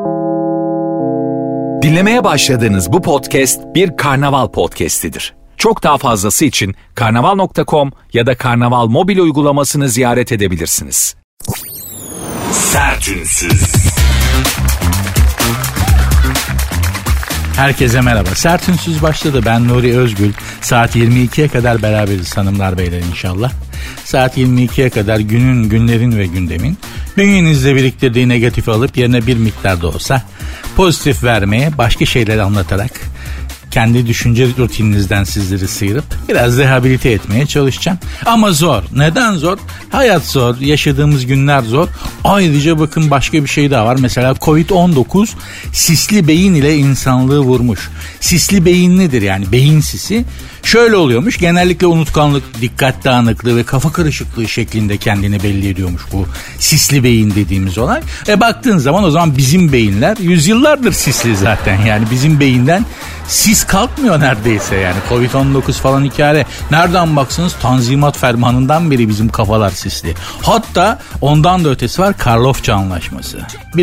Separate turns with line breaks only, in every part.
Dinlemeye başladığınız bu podcast bir Karnaval podcastidir. Çok daha fazlası için karnaval.com ya da Karnaval mobil uygulamasını ziyaret edebilirsiniz.
Sertünsüz.
Herkese merhaba. Sertünsüz başladı. Ben Nuri Özgül. Saat 22'ye kadar beraberiz hanımlar beyler inşallah. Saat 22'ye kadar günlerin ve gündemin bünyenizde biriktirdiği negatifi alıp yerine bir miktar da olsa pozitif vermeye, başka şeyleri anlatarak kendi düşünce rutininizden sizleri sıyırıp biraz rehabilite etmeye çalışacağım. Ama zor. Neden zor? Hayat zor. Yaşadığımız günler zor. Ayrıca bakın başka bir şey daha var. Mesela Covid-19 sisli beyin ile insanlığı vurmuş. Sisli beyin nedir yani? Beyin sisi. Şöyle oluyormuş. Genellikle unutkanlık, dikkat dağınıklığı ve kafa karışıklığı şeklinde kendini belli ediyormuş bu sisli beyin dediğimiz olay. Baktığın zaman o zaman bizim beyinler yüzyıllardır sisli zaten. Yani bizim beyinden sis kalkmıyor neredeyse yani. Covid-19 falan hikaye. Nereden baksanız Tanzimat Fermanı'ndan beri bizim kafalar sisli. Hatta ondan da ötesi var, Karlofça Anlaşması.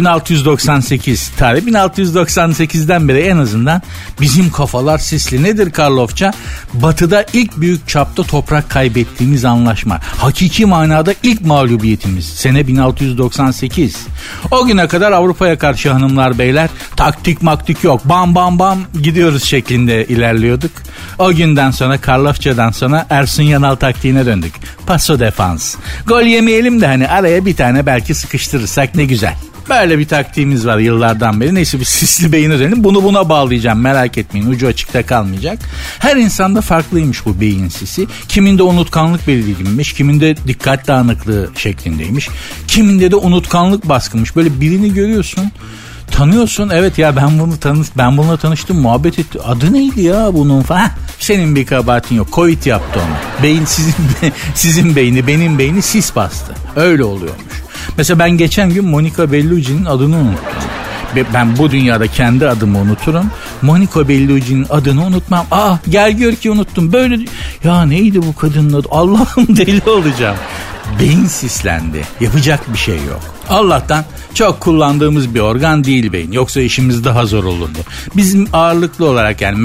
1698 tarih. 1698'den beri en azından bizim kafalar sisli. Nedir Karlofça? Batı'da ilk büyük çapta toprak kaybettiğimiz anlaşma. Hakiki manada ilk mağlubiyetimiz. Sene 1698. O güne kadar Avrupa'ya karşı hanımlar beyler taktik maktik yok. Bam bam bam gidiyoruz şeklinde ilerliyorduk. O günden sonra Karlofça'dan sonra Ersun Yanal taktiğine döndük. Paso defans. Gol yemeyelim de hani araya bir tane belki sıkıştırırsak ne güzel. Böyle bir taktiğimiz var yıllardan beri. Neyse bir sisli beyine dönelim. Bunu buna bağlayacağım, merak etmeyin. Ucu açıkta kalmayacak. Her insanda farklıymış bu beyin sisi. Kiminde unutkanlık belirginmiş, kiminde dikkat dağınıklığı şeklindeymiş. Kiminde de unutkanlık baskınmış. Böyle birini görüyorsun, tanıyorsun, evet ya ben bununla tanıştım, muhabbet ettim. Adı neydi ya bunun falan. Senin bir kabahatin yok. Covid yaptı onu. Beyin sizin beyni, benim beyni sis bastı. Öyle oluyormuş. Mesela ben geçen gün Monica Bellucci'nin adını unuttum. Ben bu dünyada kendi adımı unuturum. Monica Bellucci'nin adını unutmam. Gel gör ki unuttum. Böyle ya neydi bu kadının adı? Allah'ım deli olacağım. Beyin sislendi. Yapacak bir şey yok. Allah'tan çok kullandığımız bir organ değil beyin. Yoksa işimiz daha zor olurdu. Bizim ağırlıklı olarak yani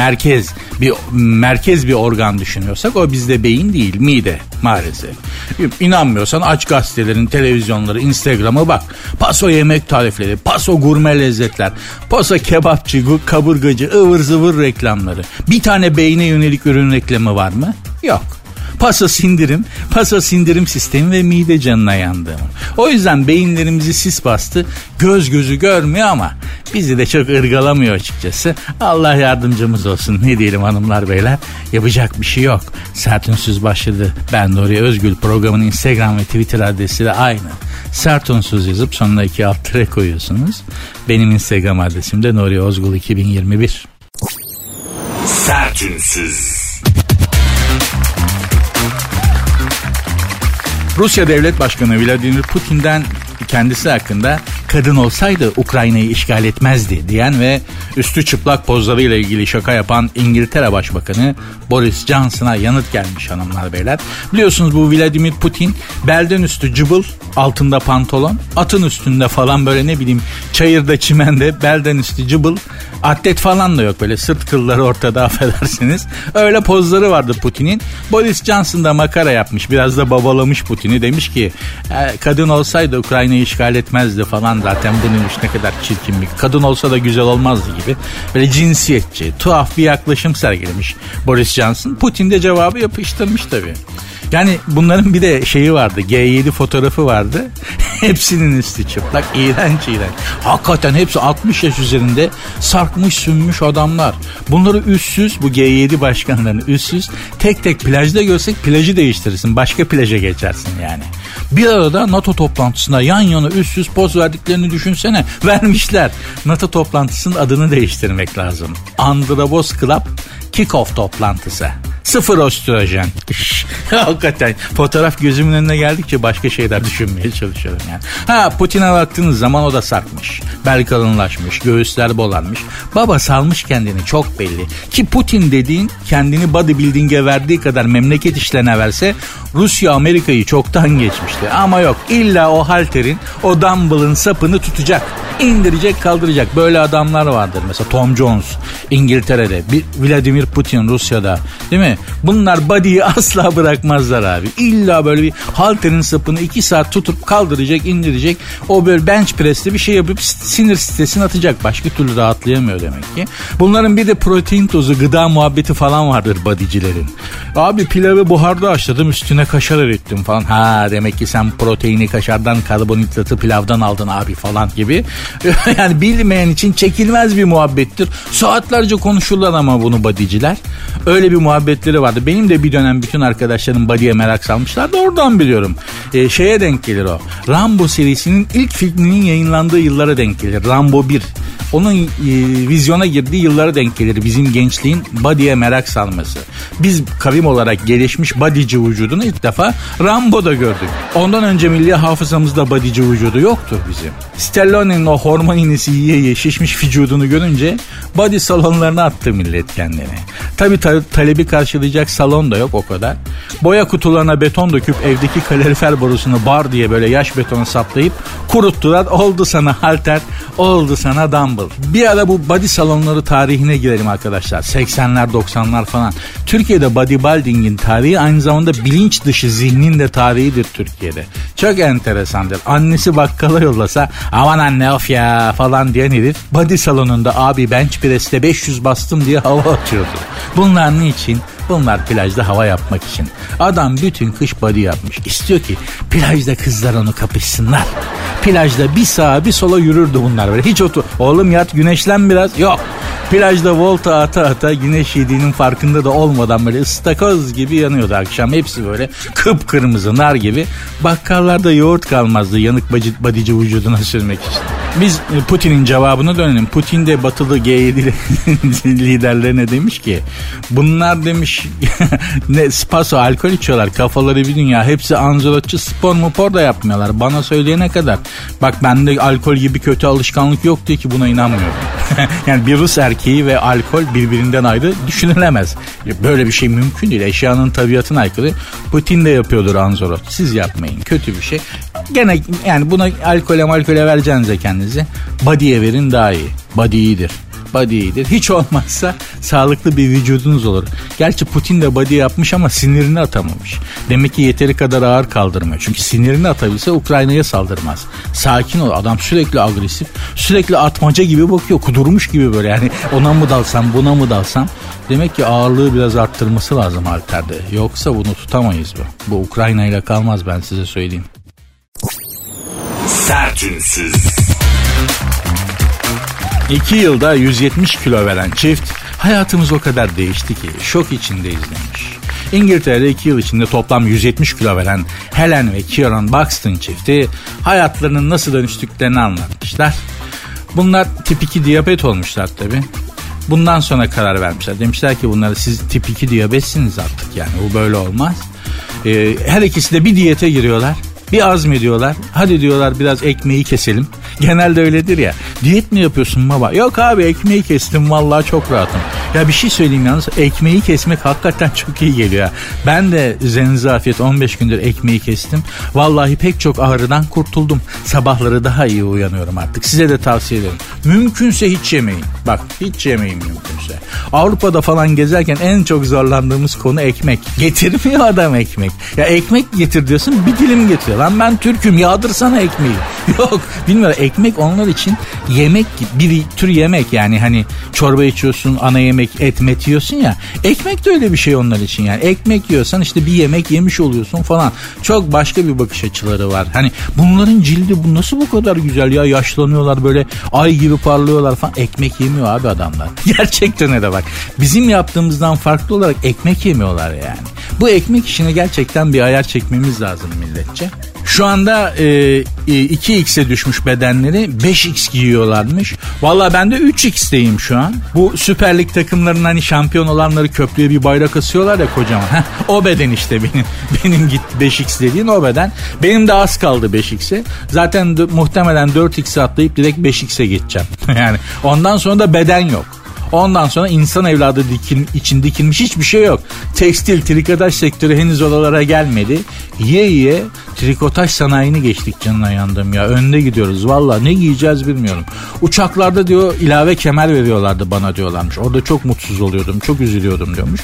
merkez bir organ düşünüyorsak o bizde beyin değil, mide maalesef. İnanmıyorsan aç gazetelerin, televizyonları, Instagram'a bak. Paso yemek tarifleri, paso gurme lezzetler, paso kebapçı, kaburgacı, ıvır zıvır reklamları. Bir tane beyne yönelik ürün reklamı var mı? Yok. Paso sindirim sistemi ve mide canına yandı. O yüzden beyinlerimizi sis bastı. Göz gözü görmüyor ama bizi de çok ırgalamıyor açıkçası. Allah yardımcımız olsun. Ne diyelim hanımlar beyler. Yapacak bir şey yok. Sertünsüz başladı. Ben Nuri Özgül. Programın Instagram ve Twitter adresi de aynı. Sertünsüz yazıp sonuna 2 alt tere koyuyorsunuz. Benim Instagram adresim de Nuri Özgül 2021.
Sertünsüz.
Rusya Devlet Başkanı Vladimir Putin'den kendisi hakkında kadın olsaydı Ukrayna'yı işgal etmezdi diyen ve üstü çıplak pozlarıyla ilgili şaka yapan İngiltere Başbakanı Boris Johnson'a yanıt gelmiş hanımlar beyler. Biliyorsunuz bu Vladimir Putin belden üstü cıbıl, altında pantolon, atın üstünde falan böyle ne bileyim çayırda çimende belden üstü cıbıl, atlet falan da yok böyle sırt kılları ortada affedersiniz. Öyle pozları vardı Putin'in. Boris Johnson da makara yapmış, biraz da babalamış Putin'i, demiş ki kadın olsaydı Ukrayna'yı işgal etmezdi falan, zaten bunun ne kadar çirkin bir kadın olsa da güzel olmazdı gibi böyle cinsiyetçi tuhaf bir yaklaşım sergilemiş Boris Johnson. Putin de cevabı yapıştırmış tabii. Yani bunların bir de şeyi vardı, G7 fotoğrafı vardı. Hepsinin üstü çıplak, iğrenç. Hakikaten hepsi 60 yaş üzerinde sarkmış sünmüş adamlar. Bunları üstsüz, bu G7 başkanlarını üstsüz tek tek plajda görsek plajı değiştirirsin, başka plaja geçersin yani. Bir arada NATO toplantısında yan yana üstsüz poz verdiklerini düşünsene. Vermişler. NATO toplantısının adını değiştirmek lazım. Andrabos Club Kick-Off toplantısı. 0 östrojen. Hakikaten fotoğraf gözümün önüne geldikçe başka şeyler düşünmeye çalışıyorum yani. Putin'e baktığınız zaman o da sarkmış. Bel kalınlaşmış, göğüsler bolanmış. Baba salmış kendini, çok belli. Ki Putin dediğin kendini bodybuilding'e verdiği kadar memleket işlerine verse Rusya Amerika'yı çoktan geçmişti. Ama yok, illa o halterin, o dumbbell'ın sapını tutacak. indirecek kaldıracak. Böyle adamlar vardır. Mesela Tom Jones İngiltere'de, Vladimir Putin Rusya'da, değil mi? Bunlar body'yi asla bırakmazlar abi. İlla böyle bir halterin sapını 2 saat tutup kaldıracak, indirecek. O böyle bench press'te bir şey yapıp sinir stresini atacak. Başka türlü rahatlayamıyor demek ki. Bunların bir de protein tozu, gıda muhabbeti falan vardır bodycilerin. Abi pilavı buharda haşladım, üstüne kaşar erittim falan. Ha demek ki sen proteini kaşardan, karbonhidratı pilavdan aldın abi falan gibi. Yani bilmeyen için çekilmez bir muhabbettir. Saatlerce konuşurlar ama bunu bodyciler. Öyle bir muhabbetleri vardı. Benim de bir dönem bütün arkadaşlarım body'ye merak salmışlardı. Oradan biliyorum. Şeye denk gelir o. Rambo serisinin ilk filminin yayınlandığı yıllara denk gelir. Rambo 1. Onun vizyona girdiği yıllara denk gelir bizim gençliğin body'ye merak salması. Biz kavim olarak gelişmiş bodyci vücudunu ilk defa Rambo'da gördük. Ondan önce milli hafızamızda bodyci vücudu yoktur bizim. Stallone'nin o hormon iğnesi yiye şişmiş vücudunu görünce body salonlarına attı millet kendini. Tabii talebi karşılayacak salon da yok o kadar. Boya kutularına beton döküp evdeki kalorifer borusunu bar diye böyle yaş betonu saplayıp kuruttular. Oldu sana halter, oldu sana dumbbell. Bir ara bu body salonları tarihine girelim arkadaşlar. 80'ler 90'lar falan. Türkiye'de bodybuilding'in tarihi aynı zamanda bilinç dışı zihnin de tarihidir Türkiye'de. Çok enteresandır. Annesi bakkala yollasa aman anne of ya falan diyen herif body salonunda abi bench press'te 500 bastım diye hava atıyordu. Bunlar niçin? Bunlar plajda hava yapmak için. Adam bütün kış body yapmış. İstiyor ki plajda kızlar onu kapışsınlar. Plajda bir sağa bir sola yürürdü bunlar böyle. Hiç oğlum yat güneşlen biraz. Yok. Plajda volta ata ata güneş yediğinin farkında da olmadan böyle ıstakoz gibi yanıyordu akşam. Hepsi böyle kıpkırmızı nar gibi. Bakkallarda yoğurt kalmazdı yanık bodyci vücuduna sürmek için. Biz Putin'in cevabına dönelim. Putin de batılı G7 liderlerine demiş ki bunlar demiş ne spaso alkol içiyorlar. Kafaları bir dünya. Hepsi anzolotçu, spor da yapmıyorlar. Bana söyleyene kadar. Bak bende alkol gibi kötü alışkanlık yok diye ki buna inanmıyorum. Yani bir Rus erkeği ve alkol birbirinden ayrı düşünülemez. Böyle bir şey mümkün değil. Eşyanın tabiatına aykırı. Putin de yapıyordur anzolot. Siz yapmayın. Kötü bir şey. Gene yani buna alkole vereceğinize kendinize body'ye verin daha iyi. Body iyidir. Body iyidir. Hiç olmazsa sağlıklı bir vücudunuz olur. Gerçi Putin de body yapmış ama sinirini atamamış. Demek ki yeteri kadar ağır kaldırmıyor. Çünkü sinirini atabilse Ukrayna'ya saldırmaz. Sakin ol. Adam sürekli agresif. Sürekli atmaca gibi bakıyor. Kudurmuş gibi böyle. Yani ona mı dalsam buna mı dalsam. Demek ki ağırlığı biraz arttırması lazım halterde. Yoksa bunu tutamayız bu. Bu Ukrayna ile kalmaz ben size söyleyeyim.
Sertünsüz.
2 yılda 170 kilo veren çift hayatımız o kadar değişti ki şok içindeyiz demiş. İngiltere'de 2 yıl içinde toplam 170 kilo veren Helen ve Kieran Buxton çifti hayatlarının nasıl dönüştüklerini anlatmışlar. Bunlar tip 2 diyabet olmuşlar tabii. Bundan sonra karar vermişler. Demişler ki bunları siz tip 2 diyabetsiniz artık yani bu böyle olmaz. Her ikisi de bir diyete giriyorlar. Bir azmediyorlar. Hadi diyorlar biraz ekmeği keselim. Genelde öyledir ya. Diyet mi yapıyorsun baba? Yok abi ekmeği kestim vallahi çok rahatım. Ya bir şey söyleyeyim yalnız ekmeği kesmek hakikaten çok iyi geliyor. Ya. Ben de üzerinize afiyet 15 gündür ekmeği kestim. Vallahi pek çok ağrıdan kurtuldum. Sabahları daha iyi uyanıyorum artık. Size de tavsiye ederim. Mümkünse hiç yemeyin. Bak hiç yemeyin mümkünse. Avrupa'da falan gezerken en çok zorlandığımız konu ekmek. Getirmiyor adam ekmek. Ya ekmek getir diyorsun bir dilim getiriyor. Lan ben Türk'üm yağdırsana ekmeği. Yok bilmiyorum ekmek onlar için yemek bir tür yemek yani hani çorba içiyorsun ana yemek et met yiyorsun ya ekmek de öyle bir şey onlar için yani ekmek yiyorsan işte bir yemek yemiş oluyorsun falan çok başka bir bakış açıları var hani bunların cildi bu nasıl bu kadar güzel ya yaşlanıyorlar böyle ay gibi parlıyorlar falan ekmek yemiyor abi adamlar gerçekten öyle bak bizim yaptığımızdan farklı olarak ekmek yemiyorlar yani bu ekmek işine gerçekten bir ayar çekmemiz lazım milletçe. Şu anda 2x'e düşmüş bedenleri 5x giyiyorlarmış. Vallahi ben de 3x'teyim şu an. Bu Süper Lig takımlarının hani şampiyon olanları köprüye bir bayrak asıyorlar ya kocaman. O beden işte benim git 5x dediğin o beden. Benim de az kaldı 5x'e. Zaten muhtemelen 4x'e atlayıp direkt 5x'e geçeceğim. Yani ondan sonra da beden yok. Ondan sonra insan evladı için dikilmiş hiçbir şey yok. Tekstil, trikotaj sektörü henüz oralara gelmedi. Yiye trikotaj sanayini geçtik, canına yandım ya. Önde gidiyoruz valla, ne giyeceğiz bilmiyorum. Uçaklarda diyor ilave kemer veriyorlardı bana diyorlarmış. Orada çok mutsuz oluyordum, çok üzülüyordum diyormuş.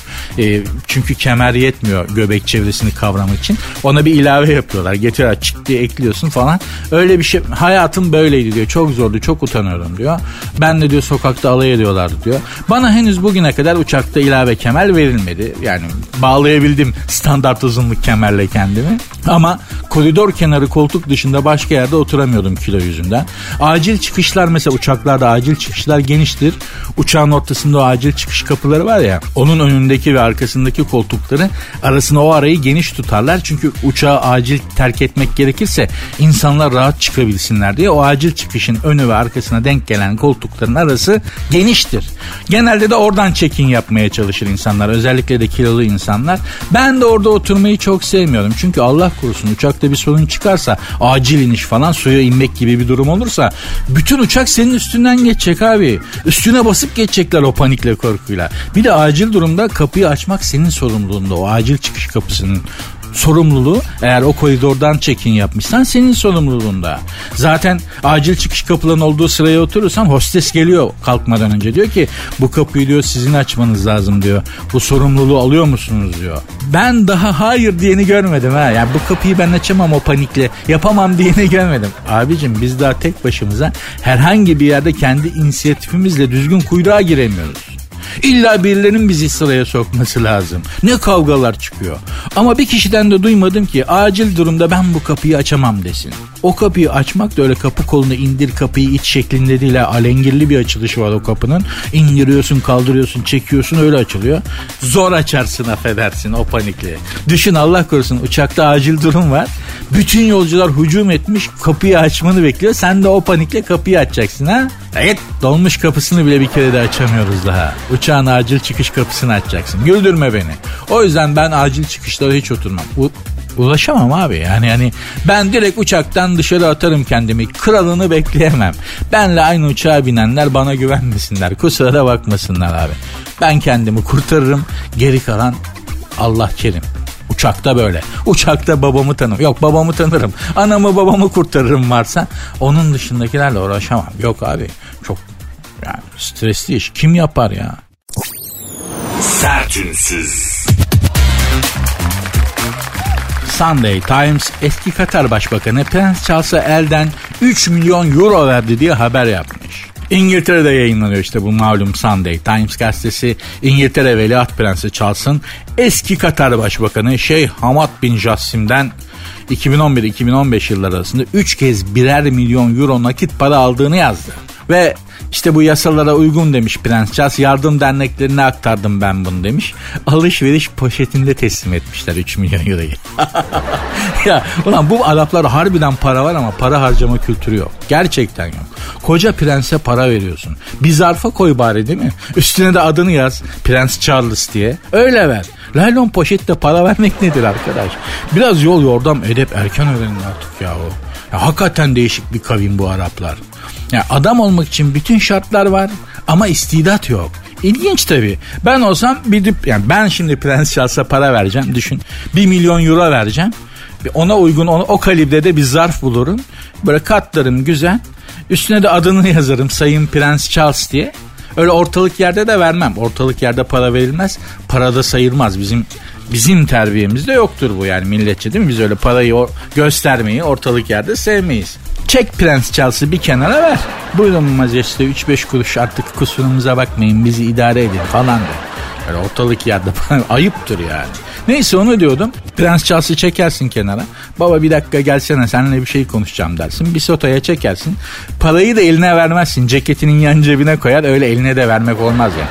Çünkü kemer yetmiyor göbek çevresini kavramak için. Ona bir ilave yapıyorlar. Getiriyorlar, çık diye ekliyorsun falan. Öyle bir şey. Hayatım böyleydi diyor. Çok zordu, çok utanıyorum diyor. Ben de diyor sokakta alay ediyorlardı diyor. Bana henüz bugüne kadar uçakta ilave kemer verilmedi. Yani bağlayabildim standart uzunluk kemerle kendimi. Ama koridor kenarı koltuk dışında başka yerde oturamıyordum kilo yüzünden. Acil çıkışlar, mesela uçaklarda acil çıkışlar geniştir. Uçağın ortasında o acil çıkış kapıları var ya, onun önündeki ve arkasındaki koltukları arasına o arayı geniş tutarlar. Çünkü uçağı acil terk etmek gerekirse insanlar rahat çıkabilsinler diye o acil çıkışın önü ve arkasına denk gelen koltukların arası geniştir. Genelde de oradan check-in yapmaya çalışır insanlar. Özellikle de kilolu insanlar. Ben de orada oturmayı çok sevmiyorum. Çünkü Allah korusun uçakta bir sorun çıkarsa, acil iniş falan, suya inmek gibi bir durum olursa bütün uçak senin üstünden geçecek abi. Üstüne basıp geçecekler o panikle, korkuyla. Bir de acil durumda kapıyı açmak senin sorumluluğunda. O acil çıkış kapısının sorumluluğu, eğer o koridordan check-in yapmışsan senin sorumluluğunda. Zaten acil çıkış kapıların olduğu sıraya oturursan hostes geliyor kalkmadan önce, diyor ki bu kapıyı diyor sizin açmanız lazım diyor. Bu sorumluluğu alıyor musunuz diyor. Ben daha hayır diyeni görmedim ha. Yani bu kapıyı ben açamam o panikle, yapamam diyeni görmedim. Abicim biz daha tek başımıza herhangi bir yerde kendi inisiyatifimizle düzgün kuyruğa giremiyoruz. İlla birilerinin bizi sıraya sokması lazım. Ne kavgalar çıkıyor. Ama bir kişiden de duymadım ki acil durumda ben bu kapıyı açamam desin. O kapıyı açmak da öyle kapı kolunu indir kapıyı iç şeklinde değil. Alengirli bir açılışı var o kapının. İndiriyorsun, kaldırıyorsun, çekiyorsun, öyle açılıyor. Zor açarsın, affedersin o panikle. Düşün, Allah korusun uçakta acil durum var. Bütün yolcular hücum etmiş, kapıyı açmanı bekliyor. Sen de o panikle kapıyı açacaksın ha. Evet, dolmuş kapısını bile bir kere de açamıyoruz daha. Uçağın acil çıkış kapısını açacaksın. Güldürme beni. O yüzden ben acil çıkışlara hiç oturmam. Ulaşamam abi. Yani ben direkt uçaktan dışarı atarım kendimi. Kralını bekleyemem. Benle aynı uçağa binenler bana güvenmesinler. Kusura da bakmasınlar abi. Ben kendimi kurtarırım. Geri kalan Allah kerim. Uçakta böyle. Uçakta babamı tanırım. Yok, babamı tanırım. Anamı babamı kurtarırım varsa. Onun dışındakilerle uğraşamam. Yok abi. Çok yani stresli iş. Kim yapar ya?
Sertünsüz.
Sunday Times eski Katar Başbakanı Prens Charles'a elden 3 milyon euro verdi diye haber yapmış. İngiltere'de yayınlanıyor işte bu malum Sunday Times gazetesi. İngiltere Veliaht Prensi Charles'ın eski Katar Başbakanı Şeyh Hamad bin Jassim'den 2011-2015 yılları arasında 3 kez 1'er milyon euro nakit para aldığını yazdı. Ve işte bu yasalara uygun demiş Prens Charles, yardım derneklerine aktardım ben bunu demiş. Alışveriş poşetinde teslim etmişler 3 milyon euroyu. Ya ulan bu Araplar harbiden para var ama para harcama kültürü yok. Gerçekten yok. Koca prense para veriyorsun. Bir zarfa koy bari, değil mi? Üstüne de adını yaz, Prens Charles diye. Öyle ver. Laylon poşette para vermek nedir arkadaş? Biraz yol yordam edep erken öğrenin artık ya o. Ya hakikaten değişik bir kavim bu Araplar. Ya adam olmak için bütün şartlar var ama istidat yok. İlginç tabii. Ben olsam ben şimdi Prens Charles'a para vereceğim. Düşün. 1 milyon euro vereceğim. Ona uygun o kalibrede bir zarf bulurum. Böyle katlarım güzel. Üstüne de adını yazarım, Sayın Prens Charles diye. Öyle ortalık yerde de vermem. Ortalık yerde para verilmez. Para da sayılmaz. Bizim terbiyemizde yoktur bu yani milletçe, değil mi? Biz öyle parayı göstermeyi ortalık yerde sevmeyiz. Çek Prens Charles'ı bir kenara ver. Buyurun majeste 3-5 kuruş artık kusurumuza bakmayın, bizi idare edin falan de. Öyle ortalık yerde ayıptır yani. Neyse onu diyordum. Prens Charles'ı çekersin kenara. Baba bir dakika gelsene, seninle bir şey konuşacağım dersin. Bir sotaya çekersin. Parayı da eline vermezsin. Ceketinin yan cebine koyar. Öyle eline de vermek olmaz yani.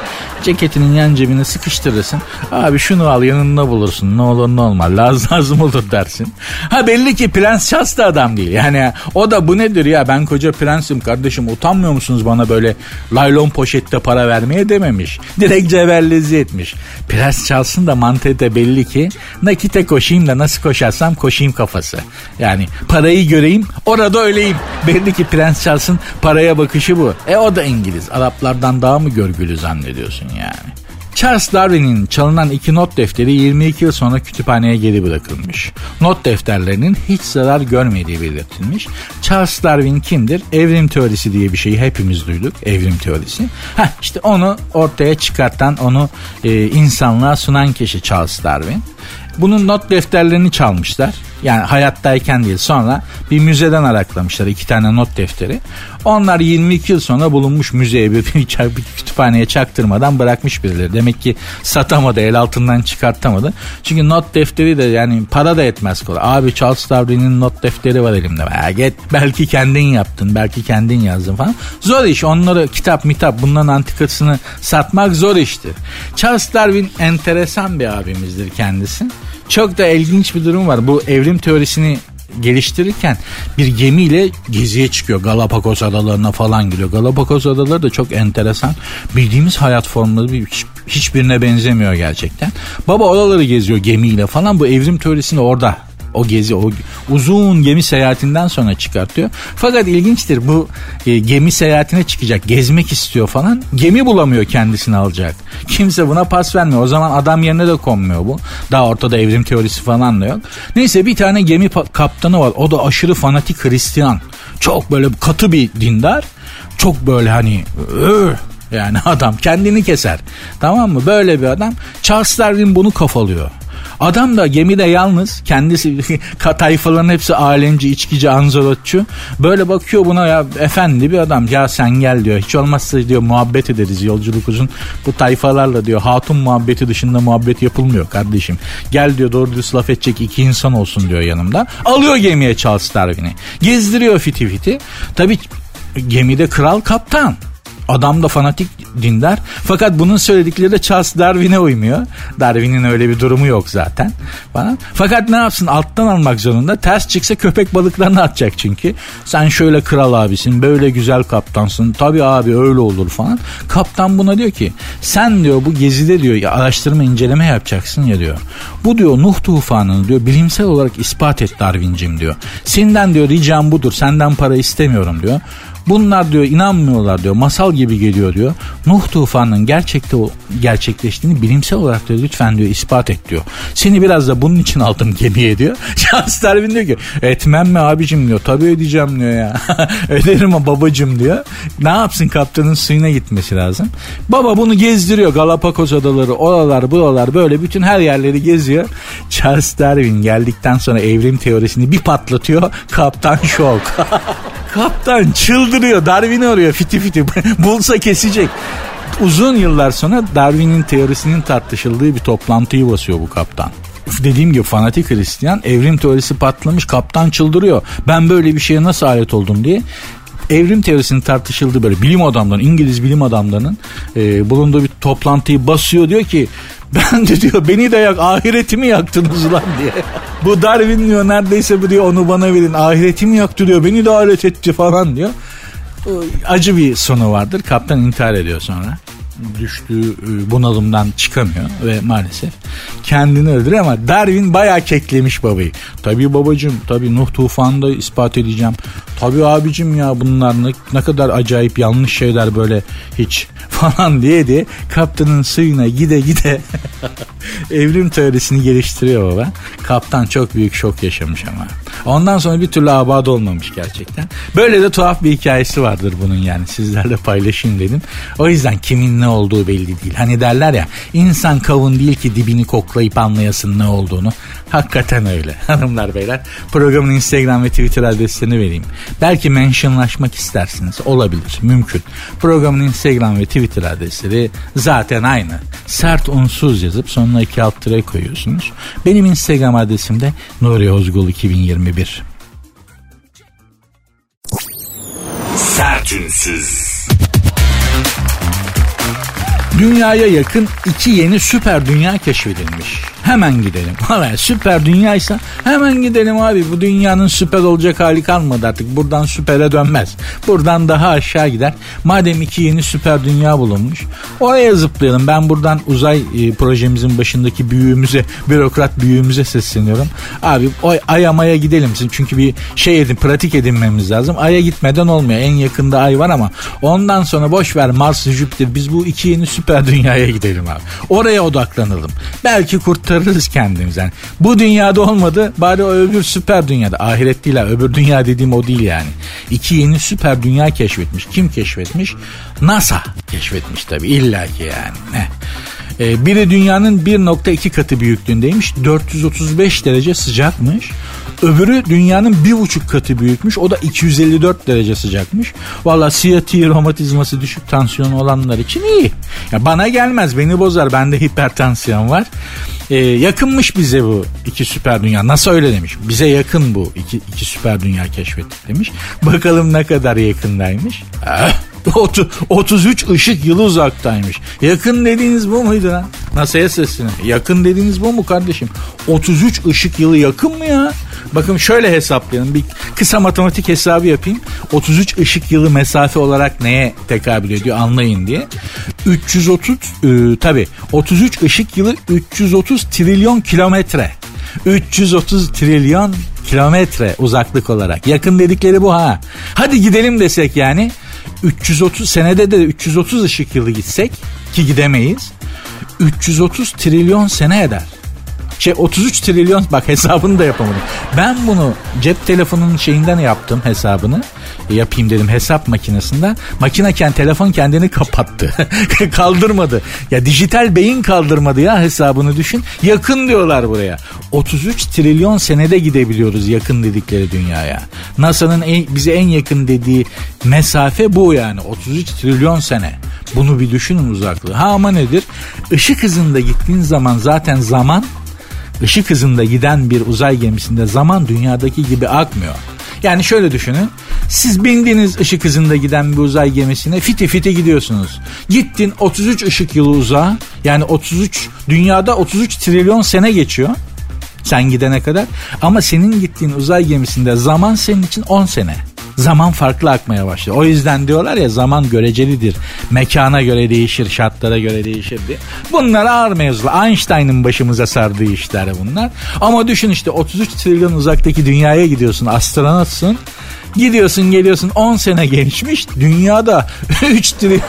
Ceketinin yan cebine sıkıştırırsın. Abi şunu al yanında bulursun. Ne olur ne olmaz. Lazım olur dersin. Ha belli ki Prens Charles da adam değil. Yani o da bu nedir ya, ben koca prensim kardeşim, utanmıyor musunuz bana böyle laylon poşette para vermeye dememiş. Direkt cebellezi etmiş. Prens Charles'ın da mantığı da belli ki nakite koşayım da nasıl koşarsam koşayım kafası. Yani parayı göreyim orada öleyim. Belli ki Prens Charles'ın paraya bakışı bu. O da İngiliz. Araplardan daha mı görgülü zannediyorsun yani? Charles Darwin'in çalınan 2 not defteri 22 yıl sonra kütüphaneye geri bırakılmış. Not defterlerinin hiç zarar görmediği belirtilmiş. Charles Darwin kimdir? Evrim teorisi diye bir şeyi hepimiz duyduk. Evrim teorisi. İşte onu ortaya çıkartan, onu insanlığa sunan kişi Charles Darwin. Bunun not defterlerini çalmışlar. Yani hayattayken değil, sonra bir müzeden araklamışlar 2 tane not defteri. Onlar 22 yıl sonra bulunmuş, müzeye bir kütüphaneye çaktırmadan bırakmış birileri. Demek ki satamadı, el altından çıkartamadı. Çünkü not defteri de yani para da etmez kolay. Abi Charles Darwin'in not defteri var elimde. Belki kendin yaptın, belki kendin yazdın falan. Zor iş, onları kitap bunların antikasını satmak zor iştir. Charles Darwin enteresan bir abimizdir kendisi. Çok da ilginç bir durum var. Bu evrim teorisini geliştirirken bir gemiyle geziye çıkıyor. Galapagos adalarına falan gidiyor. Galapagos adaları da çok enteresan. Bildiğimiz hayat formları hiçbirine benzemiyor gerçekten. Baba oraları geziyor gemiyle falan. Bu evrim teorisini orada, o gezi, o uzun gemi seyahatinden sonra çıkartıyor. Fakat ilginçtir, bu gemi seyahatine çıkacak, gezmek istiyor falan. Gemi bulamıyor kendisini alacak. Kimse buna pas vermiyor. O zaman adam yerine de konmuyor bu. Daha ortada evrim teorisi falan da yok. Neyse bir tane gemi kaptanı var. O da aşırı fanatik Hristiyan. Çok böyle katı bir dindar. Çok böyle hani yani adam kendini keser. Tamam mı? Böyle bir adam. Charles Darwin bunu kafalıyor. Adam da gemide yalnız, kendisi tayfaların hepsi alemci, içkici, anzorotçu. Böyle bakıyor buna, ya efendi bir adam, ya sen gel diyor. Hiç olmazsa diyor muhabbet ederiz, yolculuk uzun. Bu tayfalarla diyor hatun muhabbeti dışında muhabbet yapılmıyor kardeşim. Gel diyor, doğru dürüst laf edecek 2 insan olsun diyor yanımda. Alıyor gemiye Charles Darwin'i. Gezdiriyor fiti fiti. Tabii gemide kral kaptan. Adam da fanatik dindar. Fakat bunun söyledikleri de Charles Darwin'e uymuyor. Darwin'in öyle bir durumu yok zaten falan. Fakat ne yapsın, alttan almak zorunda. Ters çıksa köpek balıklarını atacak çünkü. Sen şöyle kral abisin, böyle güzel kaptansın. Tabii abi öyle olur falan. Kaptan buna diyor ki sen diyor bu gezide diyor ya araştırma inceleme yapacaksın ya diyor. Bu diyor Nuh tufanını diyor bilimsel olarak ispat et Darwin'cim diyor. Senden diyor ricam budur, senden para istemiyorum diyor. Bunlar diyor inanmıyorlar diyor, masal gibi geliyor diyor. Nuh tufanının gerçekleştiğini bilimsel olarak diyor lütfen diyor ispat et diyor. Seni biraz da bunun için aldım gemiye diyor. Charles Darwin diyor ki etmem mi abicim diyor. Tabii ödeyeceğim diyor ya. Öderim babacım diyor. Ne yapsın, kaptanın suyuna gitmesi lazım. Baba bunu gezdiriyor, Galapagos adaları, oralar buralar, böyle bütün her yerleri geziyor. Charles Darwin geldikten sonra evrim teorisini bir patlatıyor. Kaptan şok. Kaptan çıldırıyor. Darwin'i arıyor fiti fiti. Bulsa kesecek. Uzun yıllar sonra Darwin'in teorisinin tartışıldığı bir toplantıyı basıyor bu kaptan. Dediğim gibi fanatik Hristiyan, evrim teorisi patlamış, kaptan çıldırıyor. Ben böyle bir şeye nasıl alet oldum diye. Evrim teorisinin tartışıldığı böyle bilim adamlarının, İngiliz bilim adamlarının bulunduğu bir toplantıyı basıyor, diyor ki ben de diyor beni de ahiretimi yaktınız lan diye. Bu Darwin diyor neredeyse bu diyor onu bana verin, ahiretimi yaktı diyor, beni de alet etti falan diyor. Acı bir sonu vardır. Kaptan intihar ediyor sonra. Düştüğü bunalımdan çıkamıyor ve maalesef kendini öldürüyor ama Darwin bayağı keklemiş babayı. Tabii babacığım, tabii Nuh tufanında ispat edeceğim. Tabii abicim ya bunlar ne kadar acayip yanlış şeyler böyle hiç falan diye kaptanın suyuna gide evrim teorisini geliştiriyor baba. Kaptan çok büyük şok yaşamış ama. Ondan sonra bir türlü abad olmamış gerçekten. Böyle de tuhaf bir hikayesi vardır bunun, yani sizlerle paylaşayım dedim. O yüzden kimin ne olduğu belli değil. Hani derler ya, insan kavun değil ki dibini koklayıp anlayasın ne olduğunu. Hakikaten öyle. Hanımlar beyler, programın Instagram ve Twitter adreslerini vereyim. Belki mentionlaşmak istersiniz. Olabilir. Mümkün. Programın Instagram ve Twitter adresleri zaten aynı. Sert unsuz yazıp sonuna 2 alt tire koyuyorsunuz. Benim Instagram adresim de Nuri Ozgul 2021. Sert unsuz. Dünyaya yakın 2 yeni süper dünya keşfedilmiş. Hemen gidelim. Vallahi süper dünyaysa hemen gidelim abi. Bu dünyanın süper olacak hali kalmadı artık. Buradan süpere dönmez. Buradan daha aşağı gider. Madem 2 yeni süper dünya bulunmuş, oraya zıplayalım. Ben buradan uzay projemizin başındaki büyüğümüze, bürokrat büyüğümüze sesleniyorum. Abi Ay'a Maya gidelim. Çünkü bir pratik edinmemiz lazım. Ay'a gitmeden olmuyor. En yakında Ay var ama ondan sonra boş ver Mars, Jüpiter. Biz bu 2 yeni süper dünyaya gidelim abi. Oraya odaklanalım. Belki kurtarırız kendimizi. Yani bu dünyada olmadı, bari o öbür süper dünyada. Ahiret değil ha, öbür dünya dediğim o değil yani. 2 yeni süper dünya keşfetmiş. Kim keşfetmiş? NASA keşfetmiş tabii, illaki yani. Biri dünyanın 1.2 katı büyüklüğündeymiş. 435 derece sıcakmış. Öbürü dünyanın 1.5 katı büyükmüş. O da 254 derece sıcakmış. Valla siyatiği, romatizması düşük, tansiyonu olanlar için iyi. Ya bana gelmez, beni bozar. Bende hipertansiyon var. Yakınmış bize bu 2 süper dünya. NASA öyle demiş. Bize yakın bu 2 süper dünya keşfettik demiş. Bakalım ne kadar yakındaymış. 33 ışık yılı uzaktaymış. Yakın dediğiniz bu muydu lan? NASA'ya sesleniyorum. Yakın dediğiniz bu mu kardeşim? 33 ışık yılı yakın mı ya? Bakın şöyle hesaplayalım. Bir kısa matematik hesabı yapayım. 33 ışık yılı mesafe olarak neye tekabül ediyor anlayın diye. 33 ışık yılı 330 trilyon kilometre. 330 trilyon kilometre uzaklık olarak. Yakın dedikleri bu ha. Hadi gidelim desek yani. 330 senede de 330 ışık yılı gitsek ki gidemeyiz. 330 trilyon sene eder. 33 trilyon, bak hesabını da yapamadım. Ben bunu cep telefonunun şeyinden yaptım hesabını. Yapayım dedim hesap makinesinden. Makineken telefon kendini kapattı. Kaldırmadı. Ya dijital beyin kaldırmadı ya, hesabını düşün. Yakın diyorlar buraya. 33 trilyon senede gidebiliyoruz yakın dedikleri dünyaya. NASA'nın bize en yakın dediği mesafe bu yani. 33 trilyon sene. Bunu bir düşünün uzaklığı. Ha ama nedir? Işık hızında gittiğin zaman zaten zaman, ışık hızında giden bir uzay gemisinde zaman dünyadaki gibi akmıyor. Yani şöyle düşünün. Siz bindiniz ışık hızında giden bir uzay gemisine, fiti fiti gidiyorsunuz. Gittin 33 ışık yılı uzağa, yani 33, dünyada 33 trilyon sene geçiyor sen gidene kadar. Ama senin gittiğin uzay gemisinde zaman senin için 10 sene. Zaman farklı akmaya başlıyor. O yüzden diyorlar ya, zaman görecelidir. Mekana göre değişir, şartlara göre değişir diye. Bunlar ağır mevzular. Einstein'ın başımıza sardığı işler bunlar. Ama düşün işte 33 trilyon uzaktaki dünyaya gidiyorsun, astronotsun. Gidiyorsun geliyorsun 10 sene geçmiş. Dünyada 33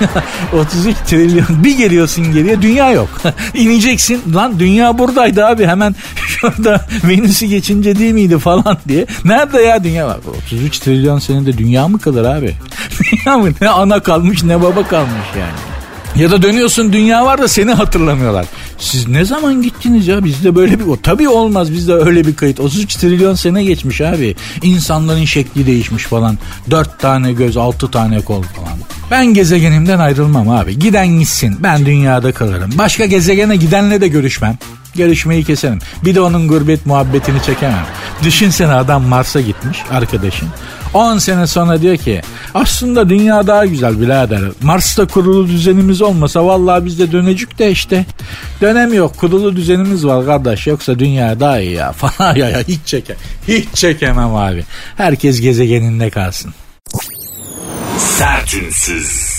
trilyon bir geliyorsun geriye, dünya yok. İneceksin lan, dünya buradaydı abi, hemen şurada Venüs'ü geçince değil miydi falan diye. Nerede ya dünya var? 33 trilyon senede dünya mı kalır abi? Dünya mı? Ne ana kalmış ne baba kalmış yani. Ya da dönüyorsun dünya var da seni hatırlamıyorlar. Siz ne zaman gittiniz ya? Bizde böyle bir... Tabii olmaz, bizde öyle bir kayıt. 33 trilyon sene geçmiş abi. İnsanların şekli değişmiş falan. 4 tane göz, 6 tane kol falan. Ben gezegenimden ayrılmam abi. Giden gitsin. Ben dünyada kalırım. Başka gezegene gidenle de görüşmem. Görüşmeyi keserim. Bir de onun gurbet muhabbetini çekemem. Düşünsene, adam Mars'a gitmiş arkadaşın. 10 sene sonra diyor ki aslında dünya daha güzel birader. Mars'ta kurulu düzenimiz olmasa vallahi biz de dönecek de işte. Dönemiyor, kurulu düzenimiz var kardeş, yoksa dünya daha iyi ya falan. Ya hiç çekemem abi. Herkes gezegeninde kalsın.
Sertünsüz.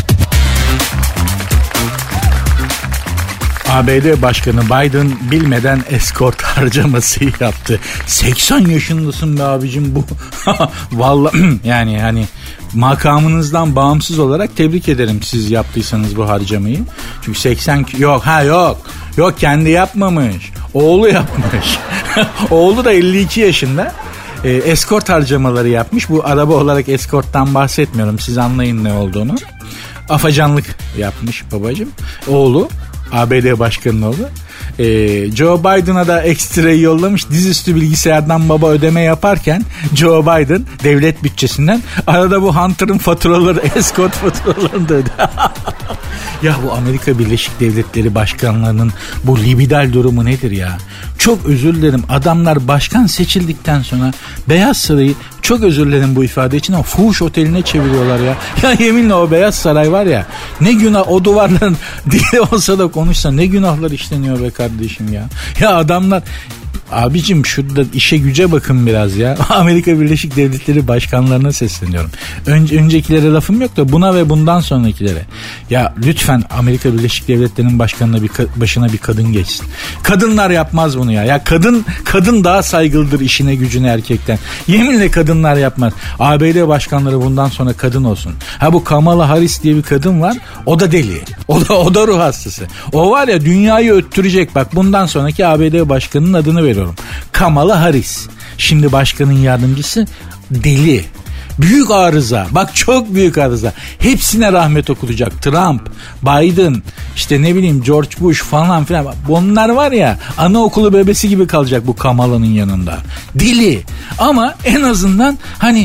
ABD Başkanı Biden bilmeden eskort harcaması yaptı. 80 yaşındasın be abicim bu. Vallahi yani hani makamınızdan bağımsız olarak tebrik ederim siz yaptıysanız bu harcamayı. Çünkü 80 yok kendi yapmamış. Oğlu yapmış. Oğlu da 52 yaşında. Eskort harcamaları yapmış. Bu araba olarak eskorttan bahsetmiyorum. Siz anlayın ne olduğunu. Afacanlık yapmış babacığım. Oğlu. ABD başkanının oğlu. Joe Biden'a da ekstrayı yollamış. Dizüstü bilgisayardan baba ödeme yaparken Joe Biden devlet bütçesinden arada bu Hunter'ın faturaları, escort faturalarını da ödedi. Ya bu Amerika Birleşik Devletleri başkanlarının bu libidal durumu nedir ya? Çok özür dilerim, adamlar başkan seçildikten sonra Beyaz Saray'ı, çok özür dilerim bu ifade için ama fuhuş oteline çeviriyorlar ya. Ya yeminle o Beyaz Saray var ya, ne günah, o duvarların dili olsa da konuşsa ne günahlar işleniyor be kardeşim ya. Ya adamlar, abicim şurada işe güce bakın biraz ya. Amerika Birleşik Devletleri başkanlarına sesleniyorum. Öncekilere lafım yok da buna ve bundan sonrakilere. Ya lütfen Amerika Birleşik Devletleri'nin başkanına başına bir kadın geçsin. Kadınlar yapmaz bunu ya. Ya kadın daha saygılıdır işine gücüne erkekten. Yeminle kadınlar yapmaz. ABD başkanları bundan sonra kadın olsun. Ha bu Kamala Harris diye bir kadın var. O da deli. O da ruh hastası. O var ya, dünyayı öttürecek. Bak bundan sonraki ABD başkanının adını veriyorum. Kamala Harris. Şimdi başkanın yardımcısı deli. Büyük arıza. Bak çok büyük arıza. Hepsine rahmet okunacak. Trump, Biden, işte ne bileyim George Bush falan filan. Bunlar var ya, anaokulu bebesi gibi kalacak bu Kamala'nın yanında. Deli. Ama en azından hani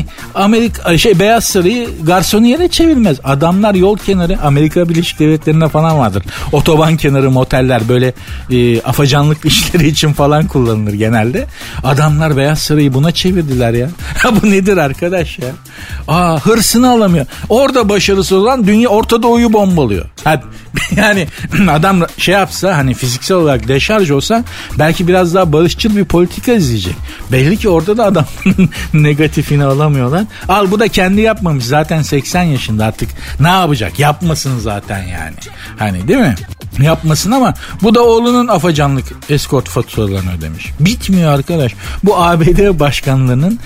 Beyaz Sarayı garsoniyere çevirmez. Adamlar yol kenarı, Amerika Birleşik Devletleri'nde falan vardır. Otoban kenarı moteller böyle afacanlık işleri için falan kullanılır genelde. Adamlar Beyaz Sarayı buna çevirdiler ya. Bu nedir arkadaş ya? Hırsını alamıyor. Orada başarısız olan dünya Orta Doğu'yu bombalıyor. Yani adam şey yapsa, hani fiziksel olarak deşarj olsa belki biraz daha barışçıl bir politika izleyecek. Belli ki orada da adamın negatifini alamıyorlar. Al, bu da kendi yapmamış. Zaten 80 yaşında, artık ne yapacak? Yapmasın zaten yani. Hani değil mi? Yapmasın ama bu da oğlunun afacanlık eskort faturalarını ödemiş. Bitmiyor arkadaş. Bu ABD başkanlarının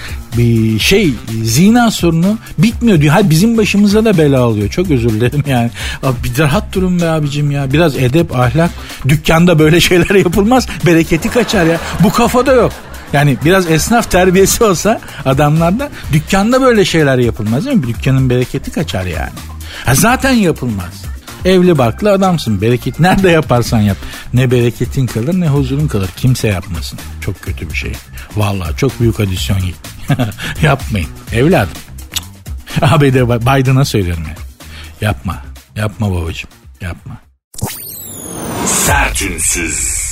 bir zina sorunu bitmiyor diyor. Bizim başımıza da bela oluyor. Çok özür dilerim yani. Abi bir rahat durun be abicim ya. Biraz edep, ahlak. Dükkanda böyle şeyler yapılmaz. Bereketi kaçar ya. Bu kafada yok. Yani biraz esnaf terbiyesi olsa adamlarda, dükkanda böyle şeyler yapılmaz değil mi? Dükkanın bereketi kaçar yani. Zaten yapılmaz. Evli barklı adamsın. Bereket nerede yaparsan yap. Ne bereketin kalır ne huzurun kalır. Kimse yapmasın. Çok kötü bir şey. Vallahi çok büyük adisyon yapmayın. Evladım. Biden'a söylüyorum yani. Yapma. Yapma babacığım. Yapma.
Sertünsüz.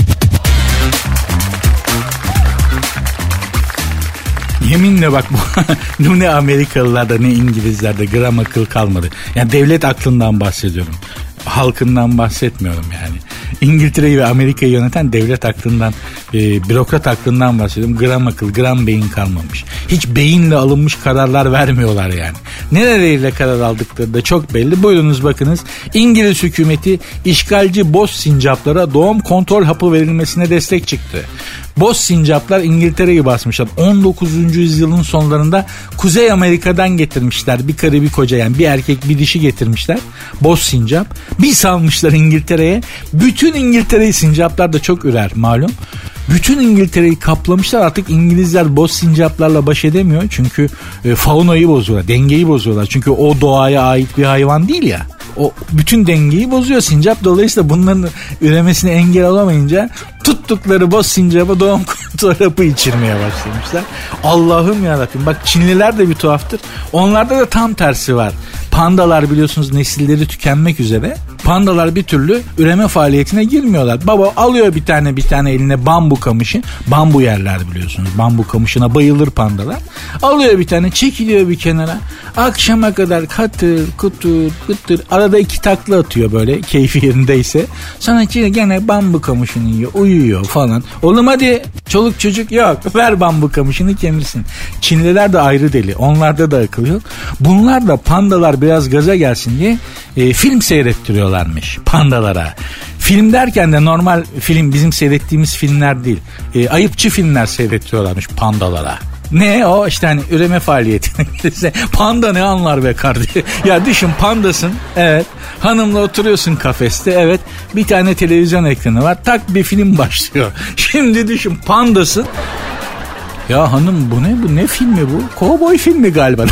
Yeminle bak bu ne Amerikalılarda ne İngilizlerde gram akıl kalmadı. Yani devlet aklından bahsediyorum. Halkından bahsetmiyorum yani. İngiltere'yi ve Amerika'yı yöneten devlet aklından, bürokrat aklından bahsediyorum. Gram akıl, gram beyin kalmamış. Hiç beyinle alınmış kararlar vermiyorlar yani. Nereleriyle karar aldıkları da çok belli. Buyurunuz bakınız. İngiliz hükümeti işgalci boz sincaplara doğum kontrol hapı verilmesine destek çıktı. Boz sincaplar İngiltere'yi basmışlar. 19. yüzyılın sonlarında Kuzey Amerika'dan getirmişler. Bir karı bir koca, yani bir erkek bir dişi getirmişler. Boz sincap. Bir salmışlar İngiltere'ye. Bütün İngiltere'yi, sincaplar da çok ürer malum. Bütün İngiltere'yi kaplamışlar. Artık İngilizler boz sincaplarla baş edemiyor. Çünkü faunayı bozuyorlar. Dengeyi bozuyorlar. Çünkü o doğaya ait bir hayvan değil ya. O bütün dengeyi bozuyor sincap. Dolayısıyla bunların üremesine engel olamayınca tuttukları boz sincapa doğum kontrol hapı içirmeye başlamışlar. Allah'ım yarabbim. Bak Çinliler de bir tuhaftır. Onlarda da tam tersi var. Pandalar biliyorsunuz nesilleri tükenmek üzere. Pandalar bir türlü üreme faaliyetine girmiyorlar. Baba alıyor bir tane eline bambu kamışı. Bambu yerler biliyorsunuz. Bambu kamışına bayılır pandalar. Alıyor bir tane, çekiliyor bir kenara. Akşama kadar katır kutur kıtır. Arada 2 takla atıyor böyle keyfi yerindeyse. Sonra gene bambu kamışını yiyor, uyuyor falan. Oğlum hadi, çoluk çocuk yok. Ver bambu kamışını kemirsin. Çinliler de ayrı deli. Onlarda da akıl yok. Bunlar da pandalar biraz gaza gelsin diye film seyrettiriyorlarmış pandalara. Film derken de normal film, bizim seyrettiğimiz filmler değil. Ayıpçı filmler seyrettiriyorlarmış pandalara. Ne o işte, hani üreme faaliyetine gelirse panda ne anlar be kardeşim. Ya düşün, pandasın, evet, hanımla oturuyorsun kafeste, evet, bir tane televizyon ekranı var, tak bir film başlıyor. Şimdi düşün, pandasın. Ya hanım bu ne filmi bu? Kovboy filmi galiba.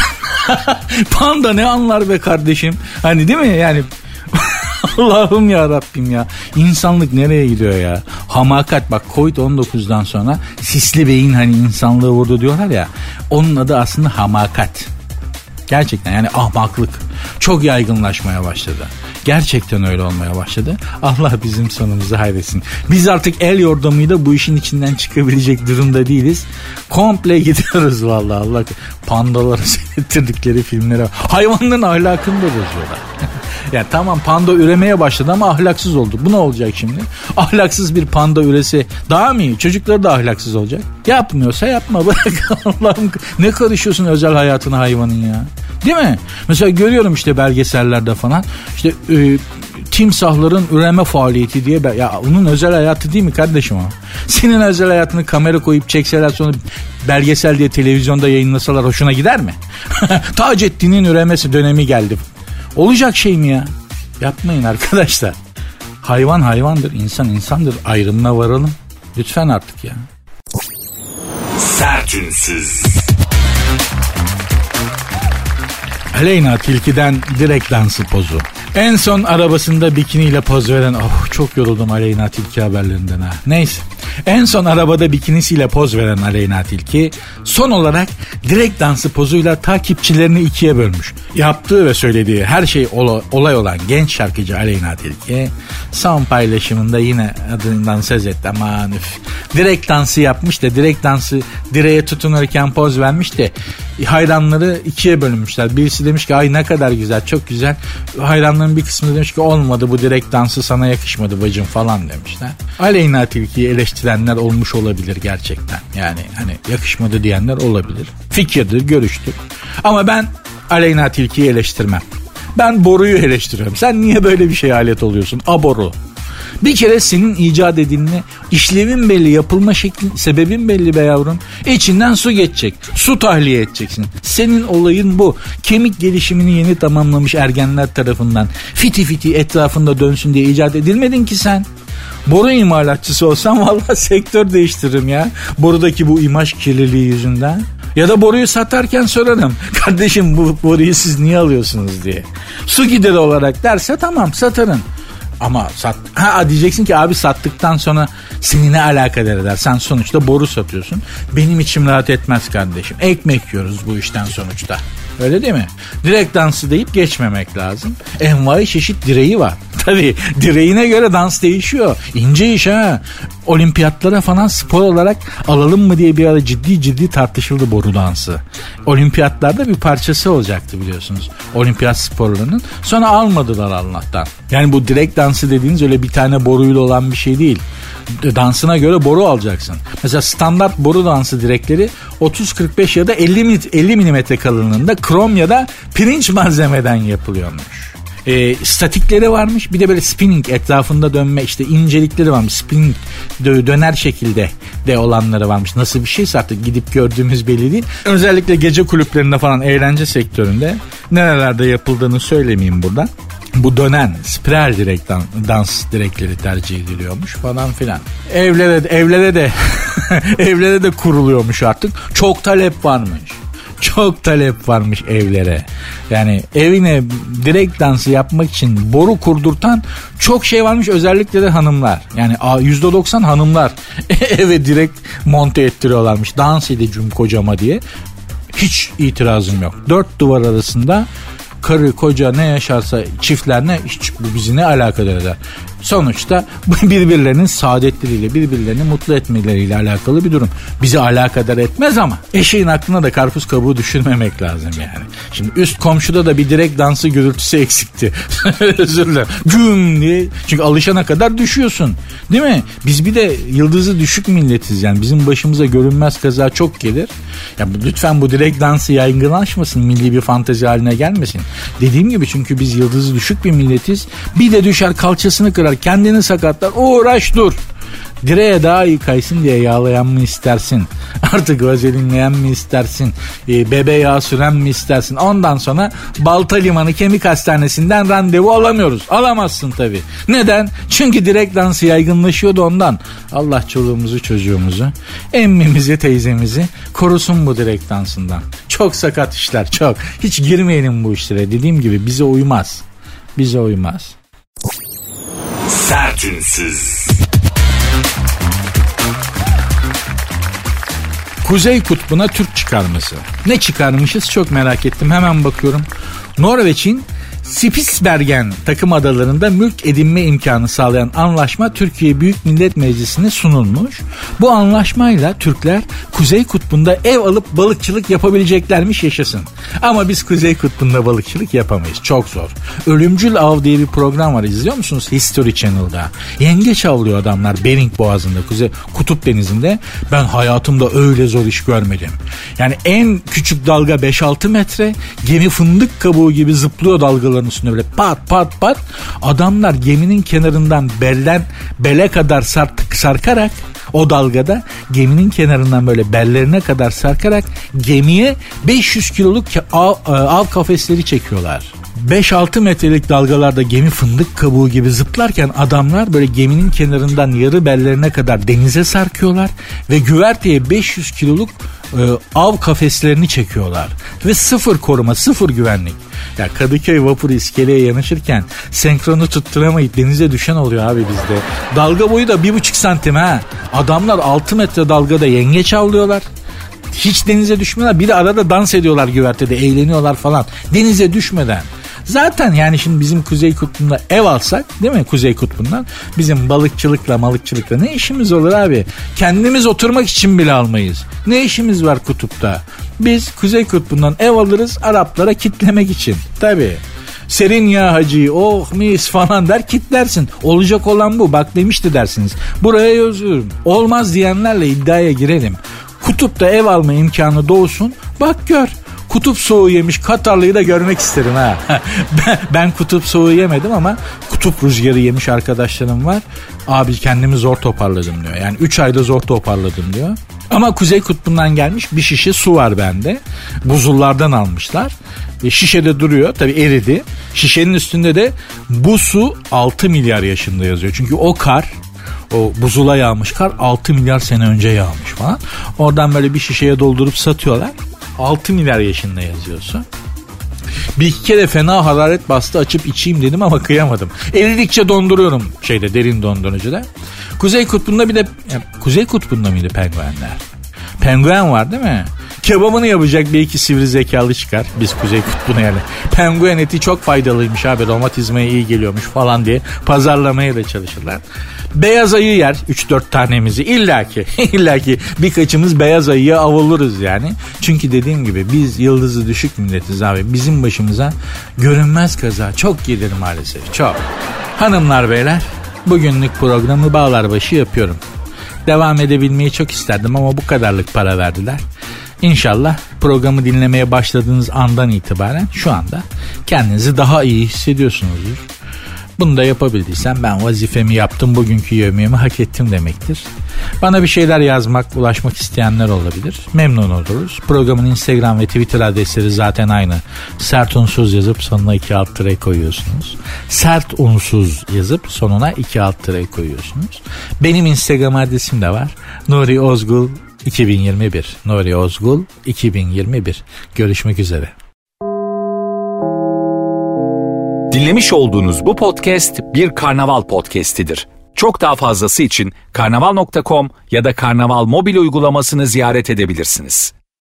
Panda ne anlar be kardeşim. Hani değil mi yani? Allah'ım ya Rabbim ya. İnsanlık nereye gidiyor ya? Hamakat, bak Covid-19'dan sonra sisli beyin hani insanlığı vurdu diyorlar ya. Onun adı aslında hamakat. Gerçekten yani ahmaklık çok yaygınlaşmaya başladı. Gerçekten öyle olmaya başladı. Allah bizim sonumuzu hayretsin. Biz artık el yordamıyla bu işin içinden çıkabilecek durumda değiliz. Komple gidiyoruz vallahi. Allah pandaları seyrettirdikleri filmlere. Hayvanların ahlakını da bozuyorlar. Yani tamam, panda üremeye başladı ama ahlaksız oldu. Bu ne olacak şimdi? Ahlaksız bir panda ürese daha mı iyi? Çocukları da ahlaksız olacak. Yapmıyorsa yapma, bırak. Allah'ım, ne karışıyorsun özel hayatına hayvanın ya? Değil mi? Mesela görüyorum işte belgesellerde falan. İşte timsahların üreme faaliyeti diye. Ya onun özel hayatı değil mi kardeşim o? Senin özel hayatını kamera koyup çekseler, sonra belgesel diye televizyonda yayınlasalar hoşuna gider mi? Taceddin'in üremesi dönemi geldi. Olacak şey mi ya? Yapmayın arkadaşlar. Hayvan hayvandır, insan insandır. Ayrımına varalım. Lütfen artık ya.
Sertünsüz.
Aleyna Tilki'den direkt dansı pozu. En son arabasında bikiniyle poz veren... çok yoruldum Aleyna Tilki haberlerinden ha. Neyse. En son arabada bikinisiyle poz veren Aleyna Tilki son olarak direkt dansı pozuyla takipçilerini ikiye bölmüş. Yaptığı ve söylediği her şey olay olan genç şarkıcı Aleyna Tilki son paylaşımında yine adından söz etti. Aman üf. Direkt dansı yapmış da, direkt dansı direğe tutunurken poz vermiş de hayranları ikiye bölünmüşler. Birisi demiş ki ay ne kadar güzel, çok güzel. Hayranların bir kısmı demiş ki olmadı, bu direkt dansı sana yakışmadı bacım falan demişler. Aleyna Tilki'yi eleştirenler olmuş olabilir gerçekten. Yani hani yakışmadı diyenler olabilir. Fikirdir, görüştür. Ama ben Aleyna Tilki'yi eleştirmem. Ben boruyu eleştiriyorum. Sen niye böyle bir şeye alet oluyorsun? Aboru. Bir kere senin icat edildiğini, işlevin belli, yapılma şeklin, sebebin belli be yavrum. İçinden su geçecek. Su tahliye edeceksin. Senin olayın bu. Kemik gelişimini yeni tamamlamış ergenler tarafından fiti fiti etrafında dönsün diye icat edilmedin ki sen. Boru imalatçısı olsam vallahi sektör değiştiririm ya. Borudaki bu imaj kirliliği yüzünden. Ya da boruyu satarken sorarım. Kardeşim bu boruyu siz niye alıyorsunuz diye. Su gideri olarak derse tamam satarım. Ama diyeceksin ki abi sattıktan sonra seni ne alakadar eder? Sen sonuçta boru satıyorsun. Benim içim rahat etmez kardeşim. Ekmek yiyoruz bu işten sonuçta. Öyle değil mi? Direkt dansı deyip geçmemek lazım. Envai çeşit direği var. Tabii direğine göre dans değişiyor. İnce iş ha. Olimpiyatlara falan spor olarak alalım mı diye bir ara ciddi tartışıldı boru dansı. Olimpiyatlarda bir parçası olacaktı biliyorsunuz. Olimpiyat sporlarının. Sonra almadılar Allah'tan. Yani bu direkt dansı dediğiniz öyle bir tane boruyla olan bir şey değil. Dansına göre boru alacaksın. Mesela standart boru dansı direkleri 30-45 ya da 50 milimetre kalınlığında krom ya da pirinç malzemeden yapılıyormuş. Statikleri varmış, bir de böyle spinning, etrafında dönme işte incelikleri varmış, spinning döner şekilde de olanları varmış. Nasıl bir şeyse artık gidip gördüğümüz belli değil. Özellikle gece kulüplerinde falan, eğlence sektöründe nerelerde yapıldığını söylemeyeyim buradan. Bu dönen spiral direkt dans direkleri tercih ediliyormuş falan filan. Evlere de kuruluyormuş artık. Çok talep varmış. Çok talep varmış evlere. Yani evine direkt dansı yapmak için boru kurdurtan çok şey varmış, özellikle de hanımlar. Yani %90 hanımlar eve direkt monte ettiriyorlarmış. Dans edeceğim kocama diye. Hiç itirazım yok. 4 duvar arasında karı koca ne yaşarsa çiftler ne, hiç bu bizi ne alakadar eder. Sonuçta birbirlerinin saadetleriyle, birbirlerini mutlu etmeleriyle alakalı bir durum. Bizi alakadar etmez ama eşeğin aklına da karpuz kabuğu düşürmemek lazım yani. Şimdi üst komşuda da bir direkt dansı gürültüsü eksikti. Özür dilerim. Güm diye. Çünkü alışana kadar düşüyorsun. Değil mi? Biz bir de yıldızı düşük milletiz yani. Bizim başımıza görünmez kaza çok gelir. Ya lütfen bu direkt dansı yaygınlaşmasın. Milli bir fantezi haline gelmesin. Dediğim gibi, çünkü biz yıldızı düşük bir milletiz. Bir de düşer kalçasını kırar, kendini sakatlar, uğraş dur. Direğe daha iyi kaysın diye yağlayan mı istersin? Artık vazelinleyen mi istersin? Bebe yağı süren mi istersin? Ondan sonra Balta Limanı Kemik Hastanesi'nden randevu alamıyoruz. Alamazsın tabii. Neden? Çünkü direkt dansı yaygınlaşıyordu ondan. Allah çoluğumuzu çocuğumuzu, emmimizi teyzemizi korusun bu direkt dansından. Çok sakat işler, çok. Hiç girmeyelim bu işlere. Dediğim gibi bize uymaz. Bize uymaz.
Sertünsüz.
Kuzey Kutbu'na Türk çıkarması. Ne çıkarmışız çok merak ettim. Hemen bakıyorum. Norveç'in Spitsbergen takım adalarında mülk edinme imkanı sağlayan anlaşma Türkiye Büyük Millet Meclisi'ne sunulmuş. Bu anlaşmayla Türkler Kuzey Kutbu'nda ev alıp balıkçılık yapabileceklermiş, yaşasın. Ama biz Kuzey Kutbu'nda balıkçılık yapamayız. Çok zor. Ölümcül Av diye bir program var, izliyor musunuz? History Channel'da. Yengeç avlıyor adamlar Bering Boğazı'nda, Kuzey Kutup Denizi'nde. Ben hayatımda öyle zor iş görmedim. Yani en küçük dalga 5-6 metre, gemi fındık kabuğu gibi zıplıyor dalgaların üstünde, böyle pat pat pat. Adamlar geminin kenarından belden bele kadar sarkarak, o dalgada geminin kenarından böyle bellerine kadar sarkarak gemiye 500 kiloluk av kafesleri çekiyorlar. 5-6 metrelik dalgalarda gemi fındık kabuğu gibi zıplarken adamlar böyle geminin kenarından yarı bellerine kadar denize sarkıyorlar ve güverteye 500 kiloluk av kafeslerini çekiyorlar. Ve sıfır koruma, sıfır güvenlik. Ya Kadıköy vapuru iskeleye yanaşırken senkronu tutturamayıp denize düşen oluyor abi bizde. Dalga boyu da 1,5 santim ha. Adamlar 6 metre dalgada yengeç avlıyorlar. Hiç denize düşmüyorlar. Bir de arada dans ediyorlar güvertede, eğleniyorlar falan. Denize düşmeden. Zaten yani şimdi bizim Kuzey Kutbu'nda ev alsak, değil mi, Kuzey Kutbu'ndan bizim balıkçılıkla ne işimiz olur abi? Kendimiz oturmak için bile almayız. Ne işimiz var kutupta? Biz Kuzey Kutbu'ndan ev alırız Araplara kitlemek için. Tabii. Serin ya hacı, oh mis falan der, kitlersin. Olacak olan bu, bak demişti dersiniz. Buraya yazıyorum. Olmaz diyenlerle iddiaya girelim. Kutupta ev alma imkanı doğsun. Bak gör. Kutup soğuğu yemiş Katarlı'yı da görmek isterim ha. Ben kutup soğuğu yemedim ama kutup rüzgarı yemiş arkadaşlarım var. Abi kendimi zor toparladım diyor. Yani 3 ayda zor toparladım diyor. Ama Kuzey Kutbu'ndan gelmiş bir şişe su var bende. Buzullardan almışlar. Şişede duruyor, tabii eridi. Şişenin üstünde de bu su 6 milyar yaşında yazıyor. Çünkü o kar, o buzula yağmış kar 6 milyar sene önce yağmış falan. Oradan böyle bir şişeye doldurup satıyorlar. 6 milyar yaşında yazıyorsun. Bir iki kere fena hararet bastı, açıp içeyim dedim ama kıyamadım. Eridikçe donduruyorum derin dondurucuda. Kuzey Kutbu'nda bir de Kuzey Kutbu'nda mıydı penguenler? Penguen var değil mi? Kebabını yapacak bir iki sivri zekalı çıkar. Biz Kuzey Kutbu'na yani. Penguen eti çok faydalıymış abi, romatizmaya iyi geliyormuş falan diye pazarlamaya da çalışırlar. Beyaz ayı yer 3-4 tanemizi illaki birkaçımız beyaz ayıya av oluruz yani. Çünkü dediğim gibi biz yıldızı düşük milletiz abi. Bizim başımıza görünmez kaza çok gelir maalesef, çok. Hanımlar beyler, bugünlük programı Bağlarbaşı yapıyorum. Devam edebilmeyi çok isterdim ama bu kadarlık para verdiler. İnşallah programı dinlemeye başladığınız andan itibaren şu anda kendinizi daha iyi hissediyorsunuzdur. Bunu da yapabildiysem ben vazifemi yaptım, bugünkü yemeğimi hak ettim demektir. Bana bir şeyler yazmak, ulaşmak isteyenler olabilir. Memnun oluruz. Programın Instagram ve Twitter adresleri zaten aynı. Sert unsuz yazıp sonuna 2 alt tire koyuyorsunuz. Sert unsuz yazıp sonuna 2 alt tire koyuyorsunuz. Benim Instagram adresim de var. Nuri Ozgul 2021. Nuri Ozgul 2021. Görüşmek üzere.
Dinlemiş olduğunuz bu podcast bir Karnaval podcastidir. Çok daha fazlası için karnaval.com ya da Karnaval mobil uygulamasını ziyaret edebilirsiniz.